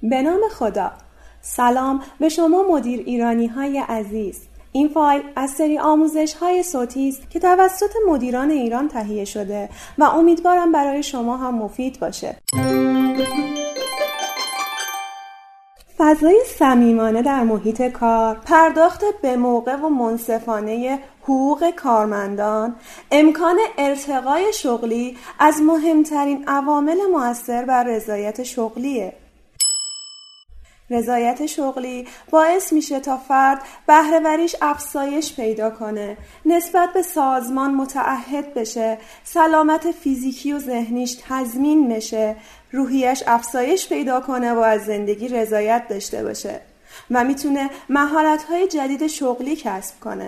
به نام خدا. سلام به شما مدیر ایرانی های عزیز. این فایل از سری آموزش های صوتی است که توسط مدیران ایران تهیه شده و امیدوارم برای شما هم مفید باشه. فضای صمیمانه در محیط کار، پرداخت به موقع و منصفانه حقوق کارمندان، امکان ارتقای شغلی از مهمترین عوامل مؤثر بر رضایت شغلیه. رضایت شغلی باعث میشه تا فرد بهره‌وریش افزایش پیدا کنه، نسبت به سازمان متعهد بشه، سلامت فیزیکی و ذهنیش تضمین بشه، روحیش افزایش پیدا کنه و از زندگی رضایت داشته باشه و میتونه مهارت‌های جدید شغلی کسب کنه.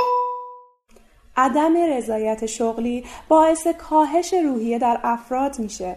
عدم رضایت شغلی باعث کاهش روحیه در افراد میشه.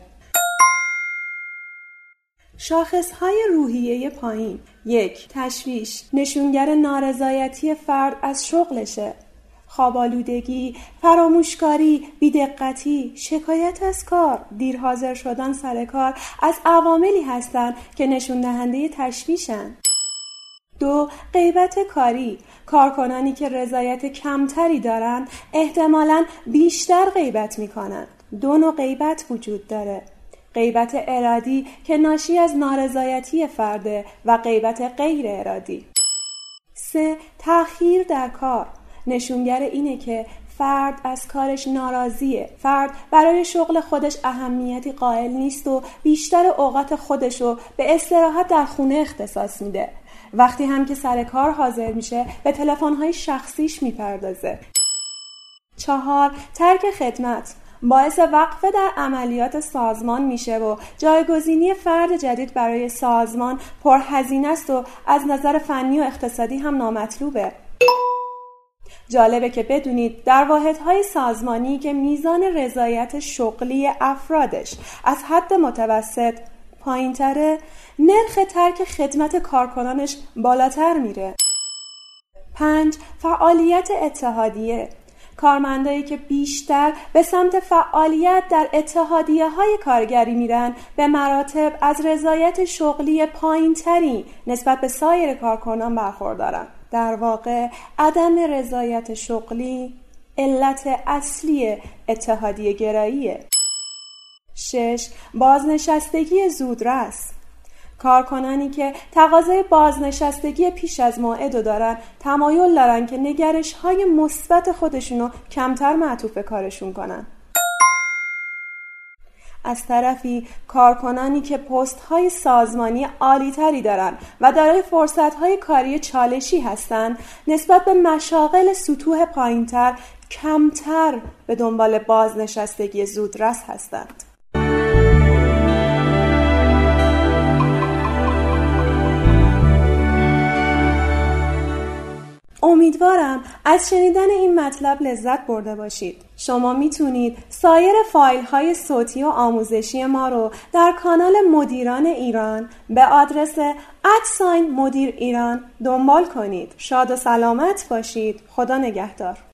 شاخص‌های روحیه پایین: 1. تشویش، نشونگر نارضایتی فرد از شغلشه. خواب‌آلودگی، فراموشکاری، بی‌دقتی، شکایت از کار، دیر حاضر شدن سر کار از عواملی هستند که نشون دهنده تشویشن. 2. غیبت کاری، کارکنانی که رضایت کمتری دارن احتمالاً بیشتر غیبت میکنن. 2 نوع غیبت وجود داره: غیبت ارادی که ناشی از نارضایتی فرده و غیبت غیر ارادی. 3. تأخیر در کار، نشونگر اینه که فرد از کارش ناراضیه. فرد برای شغل خودش اهمیتی قائل نیست و بیشتر اوقات خودشو به استراحت در خونه اختصاص میده. وقتی هم که سر کار حاضر میشه به تلفن‌های شخصیش میپردازه. 4. ترک خدمت، باعث وقفه در عملیات سازمان میشه و جایگزینی فرد جدید برای سازمان پرهزینه است و از نظر فنی و اقتصادی هم نامطلوبه. جالبه که بدونید در واحدهای سازمانی که میزان رضایت شغلی افرادش از حد متوسط پایین‌تره، نرخ ترک خدمت کارکنانش بالاتر میره. 5. فعالیت اتحادیه، کارمندایی که بیشتر به سمت فعالیت در اتحادیه‌های کارگری میرن به مراتب از رضایت شغلی پایین‌تری نسبت به سایر کارکنان برخوردارن. در واقع عدم رضایت شغلی علت اصلی اتحادیه گراییه. 6. بازنشستگی زودرس، کارکنانی که تقاضای بازنشستگی پیش از موعد دارن تمایل دارن که نگرش‌های مثبت خودشونو کمتر معطوف کارشون کنن. از طرفی کارکنانی که پست‌های سازمانی عالی‌تری دارن و دارای فرصت‌های کاری چالشی هستن نسبت به مشاغل سطوح پایین‌تر کمتر به دنبال بازنشستگی زودرس هستند. امیدوارم از شنیدن این مطلب لذت برده باشید. شما میتونید سایر فایل های صوتی و آموزشی ما رو در کانال مدیران ایران به آدرس @مدیر ایران دنبال کنید. شاد و سلامت باشید. خدا نگهدار.